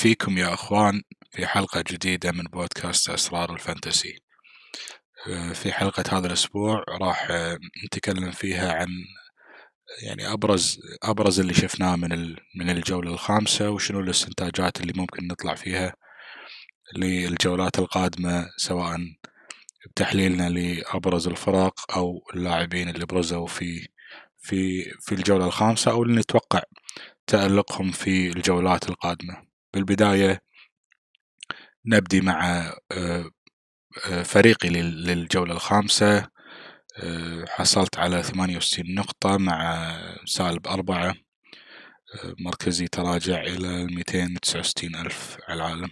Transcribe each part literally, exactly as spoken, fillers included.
فيكم يا أخوان في حلقة جديدة من بودكاست أسرار الفانتسي. في حلقة هذا الأسبوع راح نتكلم فيها عن يعني أبرز أبرز اللي شفناه من من الجولة الخامسة، وشنو الاستنتاجات اللي ممكن نطلع فيها للجولات القادمة، سواء بتحليلنا لأبرز الفرق أو اللاعبين اللي برزوا في في في الجولة الخامسة أو اللي نتوقع تألقهم في الجولات القادمة. بالبداية نبدي مع فريقي للجولة الخامسة. حصلت على ثمانية وستين نقطة مع سالب أربعة. مركزي تراجع إلى مئتين وتسعة وستين ألف على العالم.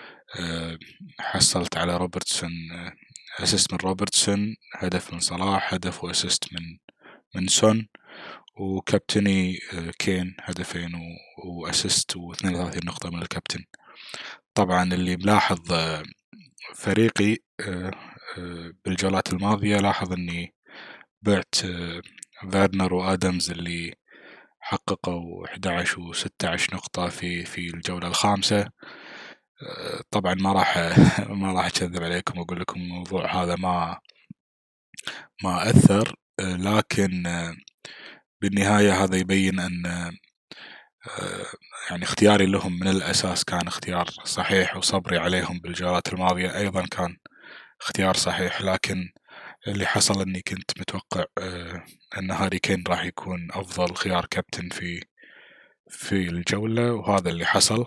حصلت على روبرتسون، أسيست من روبرتسون، هدف من صلاح، هدف وأسيست من من سون، وكابتني كين هدفين وأسيست واثنين وثلاثين نقطة من الكابتن. طبعا اللي ملاحظ فريقي بالجولات الماضية لاحظ أني بعت فيرنر وآدمز اللي حققوا أحد عشر وستة عشر نقطة في في الجولة الخامسة. طبعا ما راح ما راح أكذب عليكم وأقول لكم الموضوع هذا ما ما أثر، لكن بالنهاية هذا يبين أن يعني اختياري لهم من الأساس كان اختيار صحيح، وصبري عليهم بالجولات الماضية أيضا كان اختيار صحيح. لكن اللي حصل أني كنت متوقع أن هاري كين راح يكون أفضل خيار كابتن في في الجولة، وهذا اللي حصل.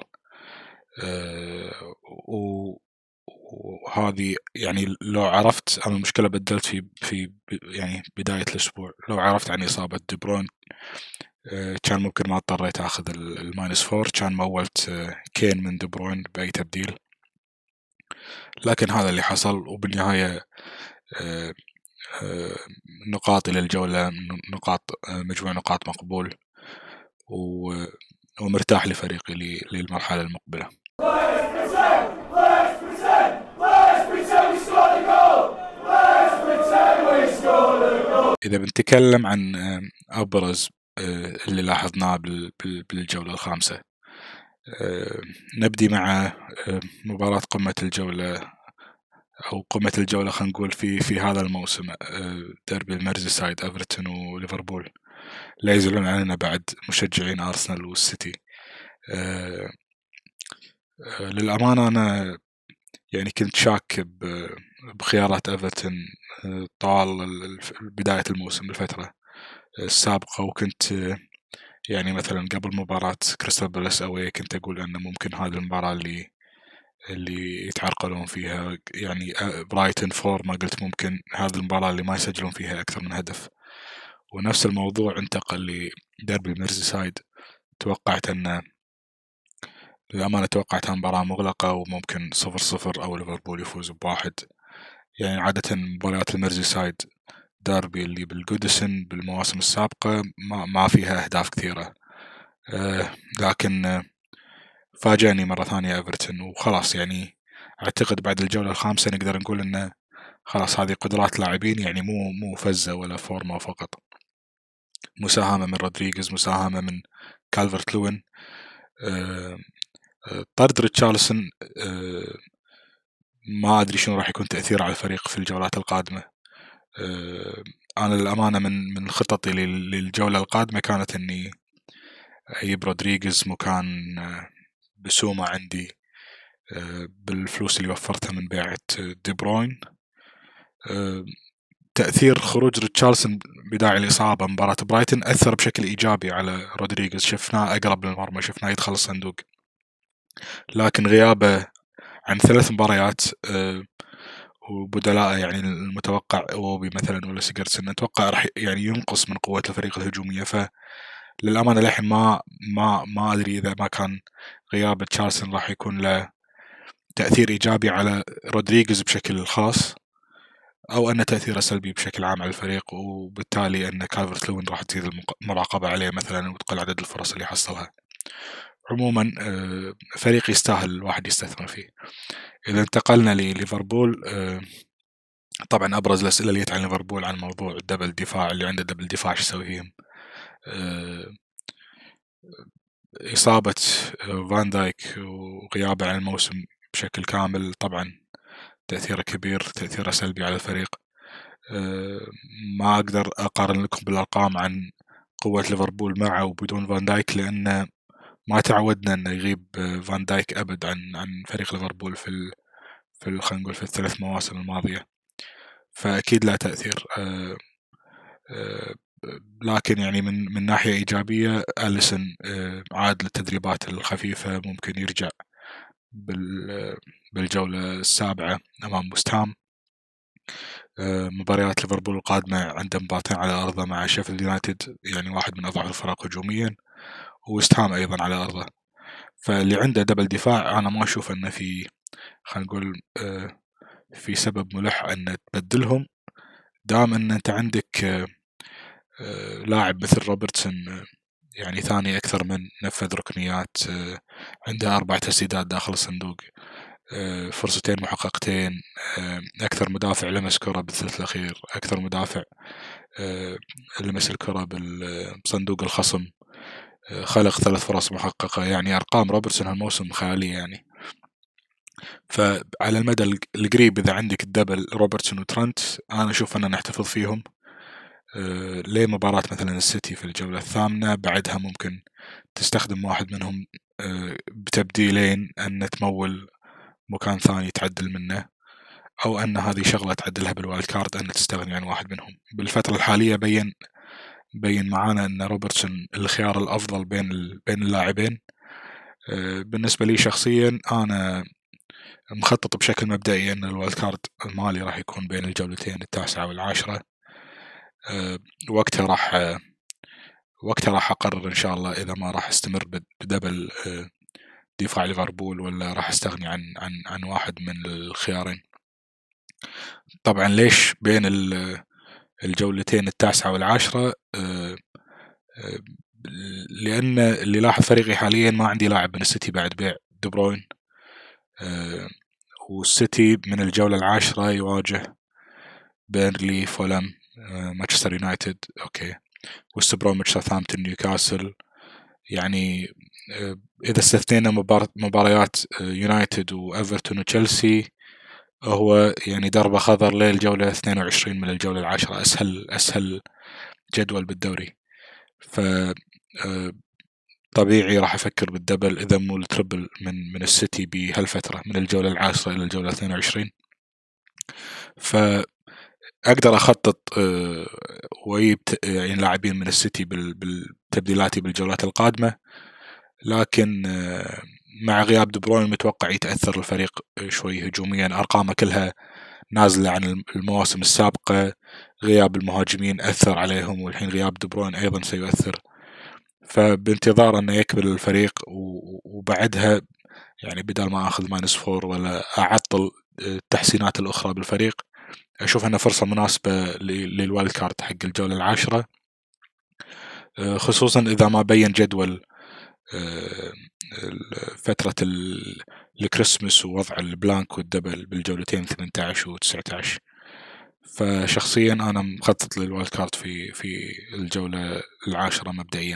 وهذه يعني لو عرفت أنا المشكلة بدلت في في يعني بداية الأسبوع، لو عرفت عن إصابة دي بروين كان ممكن ما اضطريت أخذ الماينس فور، كان مولت كين من دي بروين بأي تبديل. لكن هذا اللي حصل، وبالنهاية نقاطي للجولة نقاط مجموع نقاط مقبول، ومرتاح لفريقي للمرحلة المقبلة. إذا بنتكلم عن أبرز اللي لاحظناه بالجولة الخامسة، نبدي مع مباراة قمة الجولة أو قمة الجولة خلينا نقول في في هذا الموسم، ديربي الميرسيسايد إيفرتون وليفربول. لا يزالون عننا بعد مشجعين أرسنال والسيتي. للأمانة أنا يعني كنت شاك بخيارات إيفرتون طوال بداية الموسم الفترة السابقة، وكنت يعني مثلا قبل مباراة كريستال بالاس أوي كنت أقول أن ممكن هذه المباراة اللي اللي يتعرقلون فيها، يعني برايتن فورما، قلت ممكن هذه المباراة اللي ما يسجلون فيها أكثر من هدف. ونفس الموضوع انتقل لديربي الميرسيسايد. توقعت أن للأمانة توقعتها مباراة مغلقة وممكن صفر صفر أو ليفربول يفوز بواحد. يعني عادة مباريات الميرسيسايد داربي اللي بالجودسون بالمواسم السابقة ما, ما فيها أهداف كثيرة، أه لكن أه فاجأني مرة ثانية إيفرتون. وخلاص يعني أعتقد بعد الجولة الخامسة نقدر نقول إنه خلاص هذه قدرات لاعبين، يعني مو مو فزة ولا فورمة فقط. مساهمة من رودريغيز، مساهمة من كالفرت لوين، أه طرد ريتشارلسون. أه ما أدري شنو راح يكون تأثير على الفريق في الجولات القادمة. أه أنا للأمانة من من خططي للجولة القادمة كانت إني أجيب رودريغيز مكان بسومة عندي بالفلوس اللي وفرتها من بيعة دي بروين. تأثير خروج ريتشارلسون بداعي الإصابة مباراة برايتن أثر بشكل إيجابي على رودريغيز، شفناه أقرب للمرمى، شفناه يدخل الصندوق. لكن غيابه عن ثلاث مباريات وبدلاء يعني المتوقع أوبي مثلا ولا سيجرسون، نتوقع راح يعني ينقص من قوة الفريق الهجومية. فللأمانة للحين ما ما ما أدري إذا ما كان غياب تشارلسون راح يكون له تأثير إيجابي على رودريغيز بشكل خاص، أو أن تأثيره سلبي بشكل عام على الفريق، وبالتالي أن كالفرت لوين راح تزيد المراقبة عليه مثلا وتقل عدد الفرص اللي يحصلها. عموما فريق يستاهل الواحد يستثمر فيه. إذا انتقلنا لليفربول، طبعا أبرز الأسئلة اللي جت عن ليفربول عن موضوع الدبل دفاع، اللي عنده دبل دفاع شو يسوي فيهم. إصابة فان دايك وغيابه عن الموسم بشكل كامل طبعا تأثيره كبير، تأثيره سلبي على الفريق. ما أقدر أقارن لكم بالأرقام عن قوة ليفربول معه وبدون فان دايك، لأن ما تعودنا أنه يغيب فان دايك أبد عن عن فريق ليفربول في ال في خلينا نقول في الثلاث مواسم الماضية، فأكيد لا تأثير. أه أه لكن يعني من من ناحية إيجابية أليسون أه عاد للتدريبات الخفيفة، ممكن يرجع بالجولة السابعة أمام وستهام. أه مباريات ليفربول القادمة عنده مباراتين على أرضه مع شيفيلد يونايتد، يعني واحد من أضعف الفرق هجوميا، ووستهام أيضا على أرضه. فاللي عنده دبل دفاع أنا ما أشوف أنه في خلينا نقول أه في سبب ملح أن تبدلهم، دام أن أنت عندك أه أه لاعب مثل روبرتسون يعني ثاني أكثر من نفذ ركنيات، أه عنده أربع تسديدات داخل الصندوق، أه فرصتين محققتين، أه أكثر مدافع لمس كرة بالثلث الأخير، أكثر مدافع أه لمس الكرة بالصندوق الخصم، أه خلق ثلاث فرص محققة. يعني أرقام روبرتسون هالموسم خيالية يعني. فعلى المدى القريب إذا عندك الدبل روبرتسون وترنت أنا أشوف أننا نحتفظ فيهم أه ليه مباراة مثلا السيتي في الجولة الثامنة، بعدها ممكن تستخدم واحد منهم أه بتبديلين، أن تمول مكان ثاني تعدل منه، أو أن هذه شغلة تعدلها بالوايلد كارد أن تستغني عن واحد منهم. بالفترة الحالية بين بين معانا أن روبرتسون الخيار الأفضل بين بين اللاعبين. أه بالنسبة لي شخصيا أنا مخطط بشكل مبدئي أن الوايلد كارد المالي راح يكون بين الجولتين التاسعة والعاشرة. أه وقتها راح أه وقتها راح أقرر إن شاء الله إذا ما راح استمر بدبل أه دفاع ليفربول ولا راح استغني عن عن عن واحد من الخيارين. طبعا ليش بين الجولتين التاسعة والعاشرة؟ أه أه لأن اللي لاحظ فريقي حاليا ما عندي لاعب من السيتي بعد بيع دي بروين، أه والسيتي من الجولة العاشرة يواجه بيرنلي، فولام، أه مانشستر يونايتد، اوكي، وست بروميتش، ساوثهامبتون، نيوكاسل. يعني أه إذا استثنينا مباريات يونايتد وإيفرتون وتشيلسي هو يعني دربة خضر للجولة اثنين وعشرين من الجولة العاشرة، أسهل أسهل جدول بالدوري. ف طبيعي راح أفكر بالدبل إذا مو التربل من من السيتي بهالفترة من الجولة العاشرة إلى الجولة اثنين وعشرين. فأقدر أخطط وأجيب يعني لاعبين من السيتي بالتبديلاتي بالجولات القادمة، لكن مع غياب دي بروين متوقع يتأثر الفريق شوي هجوميا، أرقامه كلها نازلة عن المواسم السابقة، غياب المهاجمين أثر عليهم، والحين غياب دي بروين أيضا سيؤثر. فبانتظار أنه يكمل الفريق وبعدها يعني بدل ما أخذ ماينس فور ولا أعطل التحسينات الأخرى بالفريق، أشوف أنها فرصة مناسبة للوايلد كارد حق الجولة العاشرة، خصوصا إذا ما بين جدول فترة الكريسماس ووضع البلانك والدبل بالجولتين ثمانية عشر و تسعة عشر. فشخصيا أنا مخطط للوايلد كارد في في الجولة العاشرة مبدئيا.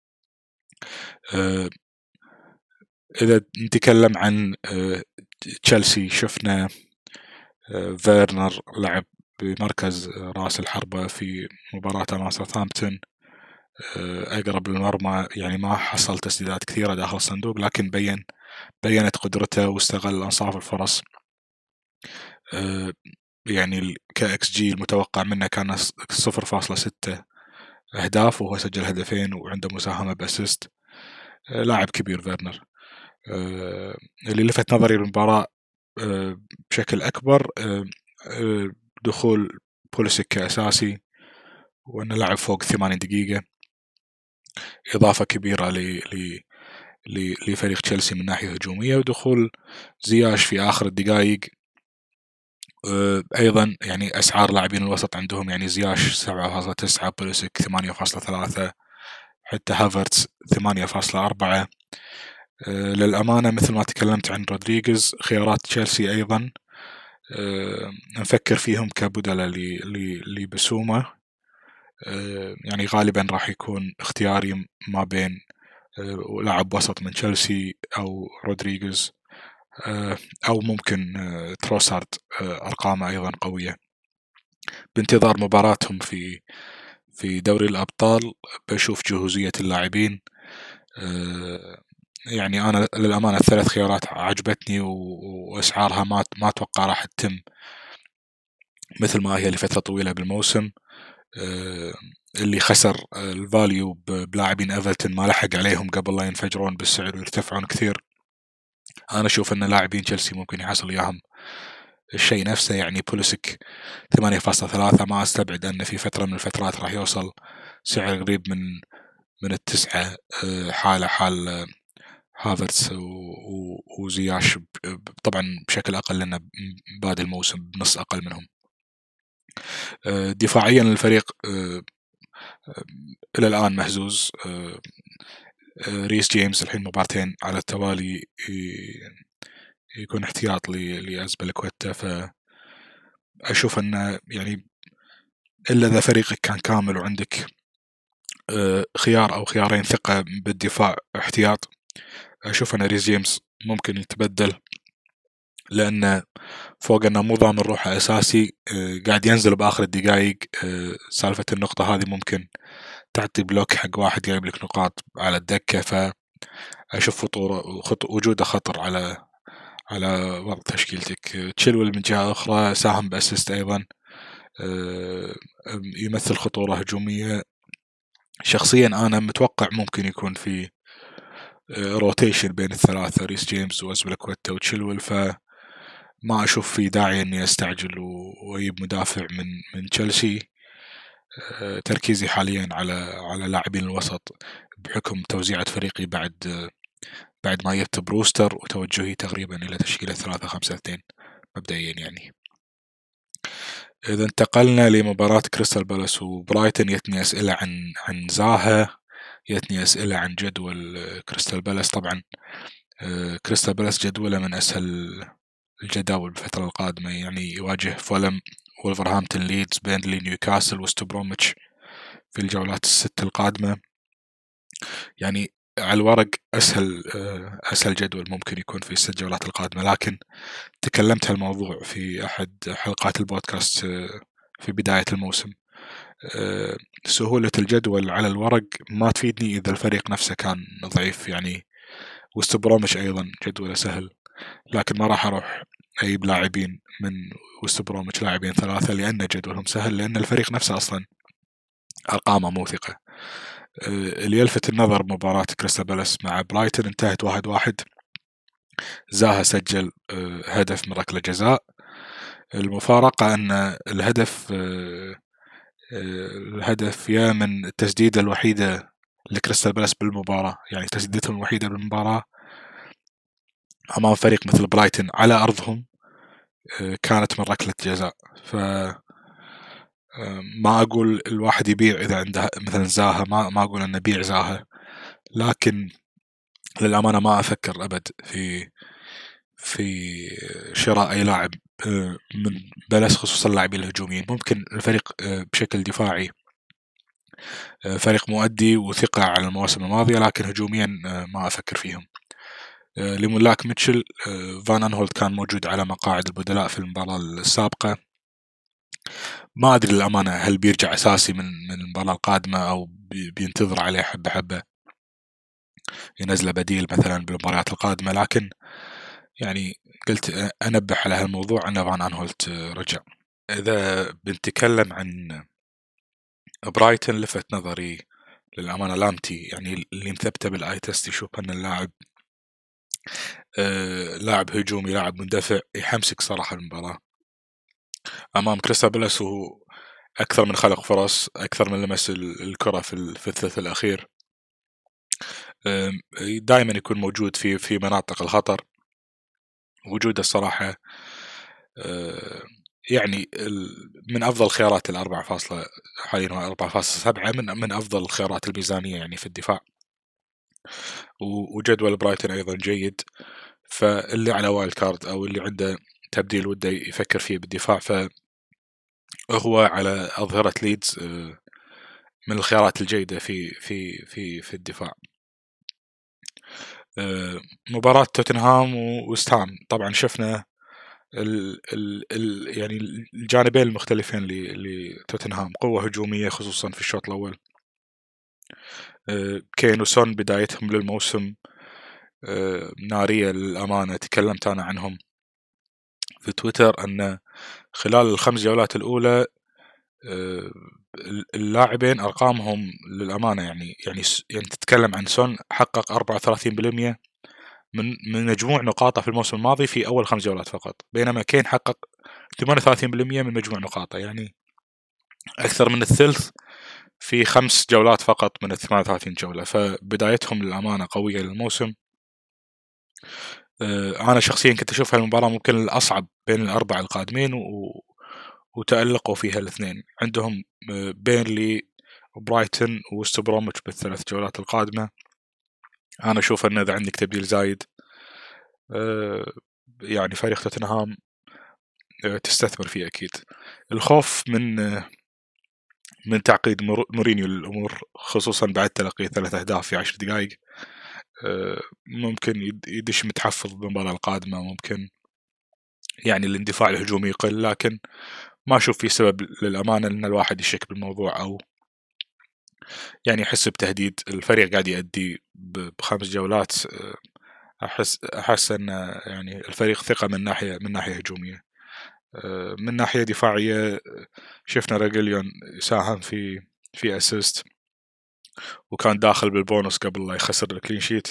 إذا نتكلم عن تشيلسي، شفنا فيرنر لعب بمركز راس الحربة في مباراة أمام ساوثهامبتون، أقرب للمرمى، يعني ما حصل تسديدات كثيرة داخل الصندوق، لكن بين بينت قدرته واستغل أنصاف الفرص. يعني كإكس جي المتوقع منه كان صفر فاصلة ستة أهداف، وهو سجل هدفين وعنده مساهمة بأسيست. لاعب كبير فيرنر. اللي لفت نظري بالمباراة بشكل أكبر دخول بوليسيك كأساسي، وأنه لعب فوق ثمانين دقيقة، إضافة كبيرة ل لفريق تشيلسي من ناحية هجومية. ودخول زياش في آخر الدقائق أيضا، يعني أسعار لاعبين الوسط عندهم، يعني زياش سبعة فاصلة تسعة، بوليسيك ثمانية فاصلة ثلاثة، حتى هافرتس ثمانية فاصلة أربعة. للأمانة مثل ما تكلمت عن رودريغيز، خيارات تشيلسي أيضا نفكر فيهم كبدلة لبسومة، يعني غالبا راح يكون اختياري ما بين لاعب وسط من تشيلسي أو رودريغيز أو ممكن تروسارد، أرقامه أيضا قوية. بانتظار مباراتهم في في دوري الأبطال بشوف جهوزية اللاعبين. يعني أنا للأمانة الثلاث خيارات عجبتني وأسعارها ما ما أتوقع راح تتم مثل ما هي لفترة طويلة بالموسم. اللي خسر الفاليو بلاعبين ايفرتون ما لحق عليهم قبل لا ينفجرون بالسعر ويرتفعون كثير. انا اشوف ان لاعبين تشيلسي ممكن يحصل وياهم الشيء نفسه، يعني بوليسك ثمانية فاصلة ثلاثة، ما استبعد ان في فترة من الفترات راح يوصل سعر قريب من من التسعة، حالة حال هافرتس وزياش طبعا بشكل اقل لانه بادئ الموسم بنص اقل منهم. دفاعيا الفريق الى الان مهزوز. ريس جيمس الحين مبارتين على التوالي يكون احتياط لأزبيليكويتا، فأشوف أنه يعني إلا إذا فريقك كان كامل وعندك خيار أو خيارين ثقة بالدفاع احتياط، أشوف أن ريس جيمس ممكن يتبدل، لأنه فوق أنه مو ضامن روحه أساسي قاعد ينزل بآخر الدقائق. سالفة النقطة هذه ممكن تعطي بلوك حق واحد جايب لك نقاط على الدكة، فأشوف خطورة وجوده خطر على على وضع تشكيلتك. تشيلويل من جهة أخرى ساهم بأسيست أيضا، يمثل خطورة هجومية. شخصيا أنا متوقع ممكن يكون في روتيشن بين الثلاثة ريس جيمس وأزبيليكويتا وتشيلويل، فما أشوف في داعي أني أستعجل وأجيب مدافع من من تشيلسي. تركيزي حاليا على على لاعبين الوسط بحكم توزيعة فريقي بعد بعد ما جبت بروستر، وتوجهي تقريبا إلى تشكيلة ثلاثة خمسة اثنين مبدئيا. يعني إذا انتقلنا لمباراة كريستال بالاس وبرايتون، يتني أسئلة عن عن زاها، يتني أسئلة عن جدول كريستال بالاس. طبعا كريستال بالاس جدوله من أسهل الجداول بالفترة القادمة، يعني يواجه فولم، وولفرهامبتون، ليدز، بيرنلي، نيوكاسل، وست بروميتش في الجولات الست القادمة. يعني على الورق أسهل أسهل جدول ممكن يكون في الست جولات القادمة، لكن تكلمت هالموضوع في أحد حلقات البودكاست في بداية الموسم. سهولة الجدول على الورق ما تفيدني إذا الفريق نفسه كان ضعيف. يعني وست بروميتش أيضا جدوله سهل، لكن ما راح أروح أجيب لاعبين من وست بروميتش لاعبين ثلاثة لأن جدولهم سهل، لأن الفريق نفسه أصلا أرقامه موثقة. اللي يلفت النظر مباراة كريستال بالاس مع برايتون انتهت واحد واحد. زاها سجل هدف من ركلة جزاء. المفارقة أن الهدف الهدف يا من التسديدة الوحيدة لكريستال بالاس بالمباراة، يعني تسديدتهم الوحيدة بالمباراة أمام فريق مثل برايتون على أرضهم كانت من ركلة جزاء. ف ما أقول الواحد يبيع إذا عنده مثلا زاها، ما ما أقول أن نبيع زاها، لكن للأمانة ما أفكر أبد في في شراء أي لاعب من بلس، خصوصا اللاعبين الهجوميين. ممكن الفريق بشكل دفاعي فريق مؤدي وثقة على المواسم الماضية، لكن هجوميا ما أفكر فيهم. لملاك ميتشل، فان أنهولت كان موجود على مقاعد البدلاء في المباراة السابقة. ما أدري للأمانة هل بيرجع أساسي من من المباراة القادمة أو بينتظر عليه حبة حبة ينزله بديل مثلا بالمباريات القادمة، لكن يعني قلت أنبه على هالموضوع أن فان أنهولت رجع. إذا بنتكلم عن برايتون، لفت نظري للأمانة لامتي، يعني اللي مثبته بالآي تيست يشوف أن اللاعب آه لاعب هجومي، لاعب مندفع، يحمسك صراحة المباراة أمام كريستال بالاس، وهو أكثر من خلق فرص، أكثر من لمس الكرة في, في الثلث الأخير. آه دائما يكون موجود في في مناطق الخطر. وجوده الصراحة آه يعني من أفضل خيارات الأربعة فاصلة حاليا أربعة فاصلة سبعة من من أفضل الخيارات الميزانية يعني في الدفاع. وجدول برايتون أيضا جيد، فاللي على وايلد كارد أو اللي عنده تبديل وده يفكر فيه بالدفاع فهو على أظهرة ليدز من الخيارات الجيدة في في في في الدفاع. مباراة توتنهام وويست هام طبعا شفنا ال ال ال يعني الجانبين المختلفين لتوتنهام، قوة هجومية خصوصا في الشوط الأول. كين وسون بدايتهم للموسم نارية للأمانة، تكلمت أنا عنهم في تويتر أن خلال الخمس جولات الأولى اللاعبين أرقامهم للأمانة يعني يعني يعني تتكلم عن سون حقق أربعة وثلاثين بالمئة من من مجموع نقاطه في الموسم الماضي في أول خمس جولات فقط، بينما كين حقق ثمانية وثلاثين بالمئة من مجموع نقاطه، يعني أكثر من الثلث في خمس جولات فقط من الثمانية وثلاثين جولة. فبدايتهم للأمانة قوية للموسم. أنا شخصيا كنت أشوف هالمباراة ممكن الأصعب بين الأربعة القادمين و... وتألقوا فيها الاثنين. عندهم بيرنلي وبرايتون ووست بروميتش بالثلاث جولات القادمة. أنا أشوف أن إذا عندك تبديل زايد يعني فريق توتنهام تستثمر فيه أكيد. الخوف من من تعقيد مورينيو للأمور خصوصا بعد تلقي ثلاث أهداف في عشر دقائق، ممكن يدش متحفظ بالمباراة القادمة، ممكن يعني الاندفاع الهجومي يقل، لكن ما أشوف في سبب للأمانة أن الواحد يشك بالموضوع أو يعني يحس بتهديد. الفريق قاعد يؤدي بخمس جولات، أحس أحس أن يعني الفريق ثقة من ناحية من ناحية هجومية. من ناحية دفاعية شفنا ريغيليون ساهم في في أسيست وكان داخل بالبونص قبل لا يخسر الكلين شيت،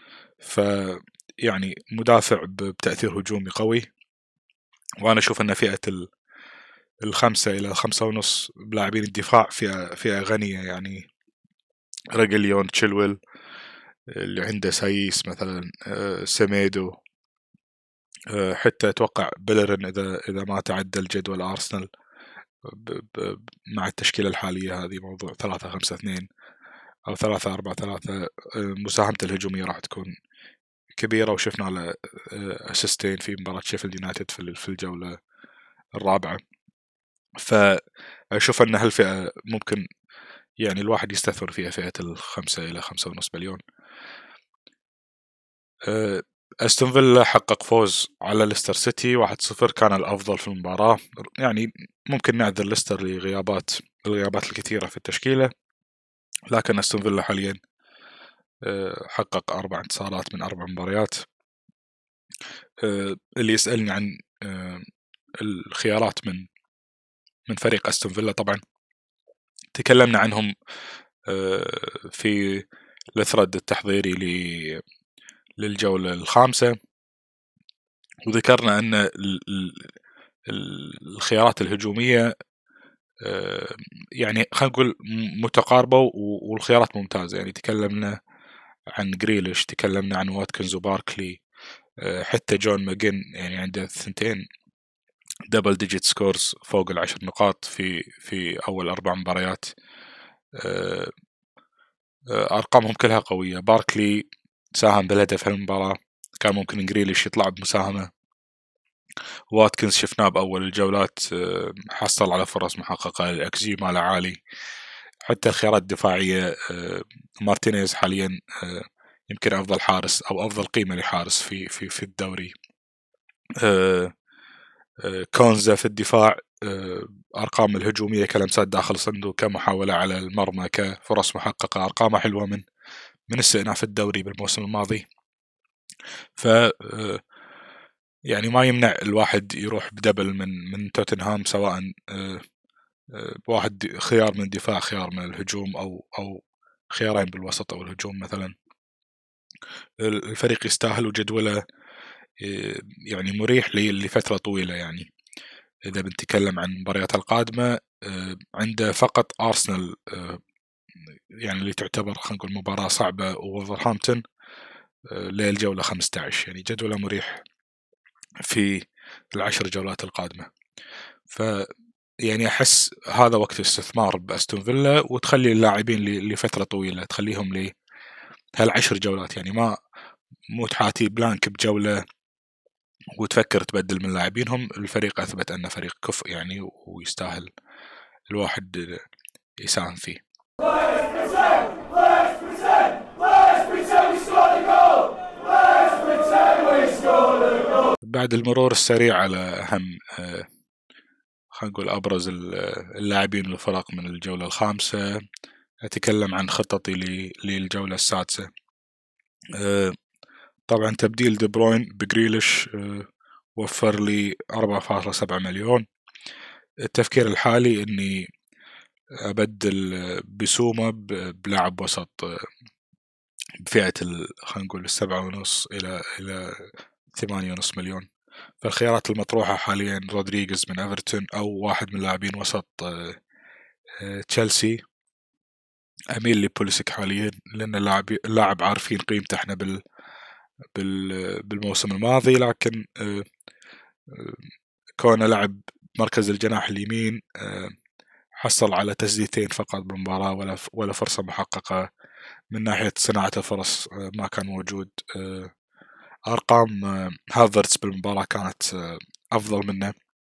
فيعني مدافع بتأثير هجومي قوي. وأنا أشوف أن فئة الخمسة إلى خمسة ونص بلاعبين الدفاع فئة فئة غنية، يعني ريغيليون، تشيلويل اللي عنده سايس مثلا، سيميدو، حتى أتوقع بيلرين إذا إذا ما تعدل جدول أرسنال مع التشكيلة الحالية هذه، موضوع ثلاثة خمسة اثنين أو ثلاثة أربعة ثلاثة، مساهمته الهجومية راح تكون كبيرة. وشفنا على أسيستين في مباراة شيفيلد يونايتد في الجولة الرابعة. فأشوف أن هالفئة ممكن يعني الواحد يستثمر فيها، فئة الخمسة إلى خمسة ونص مليون. أستون فيلا حقق فوز على ليستر سيتي واحد صفر، كان الأفضل في المباراة. يعني ممكن نعذر ليستر لغيابات الغيابات الكثيرة في التشكيلة، لكن أستون فيلا حاليا حقق أربع انتصارات من أربع مباريات. اللي يسألني عن الخيارات من من فريق أستون فيلا، طبعا تكلمنا عنهم في الثرد التحضيري للجولة الخامسة، وذكرنا أن الخيارات الهجومية يعني خلينا نقول متقاربة والخيارات ممتازة. يعني تكلمنا عن جريليش، تكلمنا عن واتكنز وباركلي، حتى جون ماجين يعني عنده ثنتين دبل ديجيت سكورز فوق العشر نقاط في في أول أربع مباريات. أرقامهم كلها قوية. باركلي ساهم بالهدف في المباراة، كان ممكن جريليش يطلع بمساهمة. واتكنز شفناه بأول الجولات حصل على فرص محققة، الإكس جي ماله عالي. حتى الخيارات الدفاعية مارتينيز حاليا يمكن أفضل حارس أو أفضل قيمة لحارس في في في الدوري. كونزا في الدفاع، أرقام الهجومية كلمسات داخل الصندوق، كمحاولة على المرمى، كفرص محققة، أرقامه حلوة من من استئناف الدوري بالموسم الماضي. ف يعني ما يمنع الواحد يروح بدبل من من توتنهام، سواء واحد خيار من الدفاع، خيار من الهجوم، أو أو خيارين بالوسط أو الهجوم مثلا. الفريق يستاهل وجدوله يعني مريح لفترة طويلة. يعني إذا بنتكلم عن المباريات القادمة، عنده فقط أرسنال يعني اللي تعتبر خلينا نقول مباراة صعبة، وولفرهامبتون للجولة خمسة عشر، يعني جدوله مريح في العشر جولات القادمة. ف يعني أحس هذا وقت الاستثمار بأستون فيلا، وتخلي اللاعبين لفترة طويلة، تخليهم ل هالعشر جولات، يعني ما مو تحاتي بلانك بجولة وتفكر تبدل من لاعبينهم. الفريق أثبت أنه فريق كفء يعني، ويستاهل الواحد يساهم فيه. بعد المرور السريع على أهم خلينا نقول أبرز اللاعبين للفرق من الجولة الخامسة، أتكلم عن خططي للجولة السادسة. طبعا تبديل دي بروين بجريليش وفر لي أربعة فاصلة سبعة مليون. التفكير الحالي إني أبدل بسومة بلاعب وسط بفئة خلينا نقول السبعة ونص إلى إلى ثمانية ونص مليون. فالخيارات المطروحة حاليا رودريغيز من ايفرتون أو واحد من لاعبين وسط تشيلسي. أميل لبوليسيك حاليا لأن اللاعب اللاعب عارفين قيمته احنا بال بالموسم الماضي، لكن كونه لعب مركز الجناح اليمين حصل على تسديدتين فقط بالمباراة ولا ولا فرصة محققة من ناحية صناعة الفرص ما كان موجود. أرقام هافرتس بالمباراة كانت أفضل منه،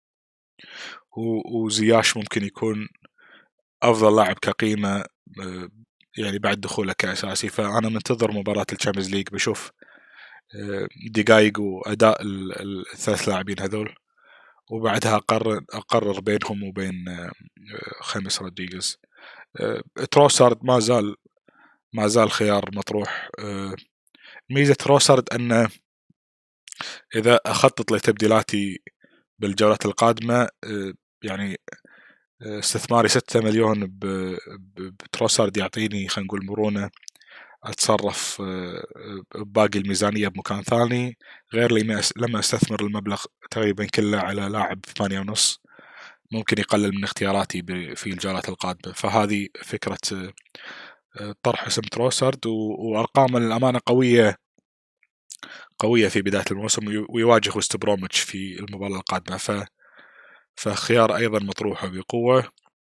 وزياش ممكن يكون أفضل لاعب كقيمة يعني بعد دخوله كأساسي. فأنا منتظر مباراة الشامبيونز ليج بشوف دقايق وأداء الثلاث لاعبين هذول، وبعدها أقرر أقرر بينهم وبين خميس رودريغيز. تروسارد ما زال ما زال خيار مطروح. ميزة تروسارد أنه إذا أخطط لتبديلاتي بالجولات القادمة يعني استثماري ستة مليون بتروسارد يعطيني خلينا نقول مرونة أتصرف باقي الميزانية بمكان ثاني، غير لما أستثمر المبلغ تقريبا كله على لاعب ثمانية ونص ممكن يقلل من اختياراتي في الجولات القادمة. فهذه فكرة طرح اسم تروسارد، وأرقام للأمانة قوية قوية في بداية الموسم، ويواجه وست بروميتش في المباراة القادمة. ف فخيار أيضا مطروحة بقوة.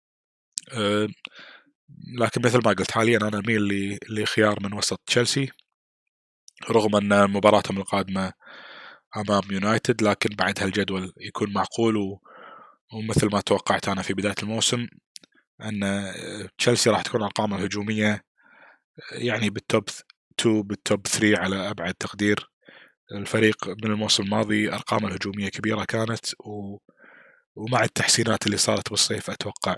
لكن مثل ما قلت حاليا أنا أميل لخيار من وسط تشيلسي، رغم أن مباراتهم القادمة أمام يونايتد، لكن بعدها الجدول يكون معقول. ومثل ما توقعت أنا في بداية الموسم أن تشيلسي راح تكون أرقامها الهجومية يعني بالتوب اثنين بالتوب ثلاثة على أبعد تقدير. الفريق من الموسم الماضي أرقامه الهجومية كبيرة كانت، و... ومع التحسينات اللي صارت بالصيف أتوقع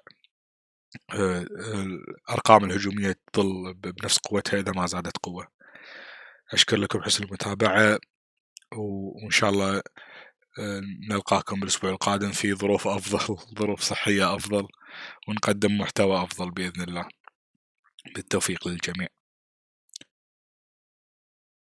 الأرقام الهجومية تظل بنفس قوتها إذا ما زادت قوة. أشكر لكم حسن المتابعة، وإن شاء الله نلقاكم بالأسبوع القادم في ظروف أفضل ظروف صحية أفضل، ونقدم محتوى أفضل بإذن الله. بالتوفيق للجميع.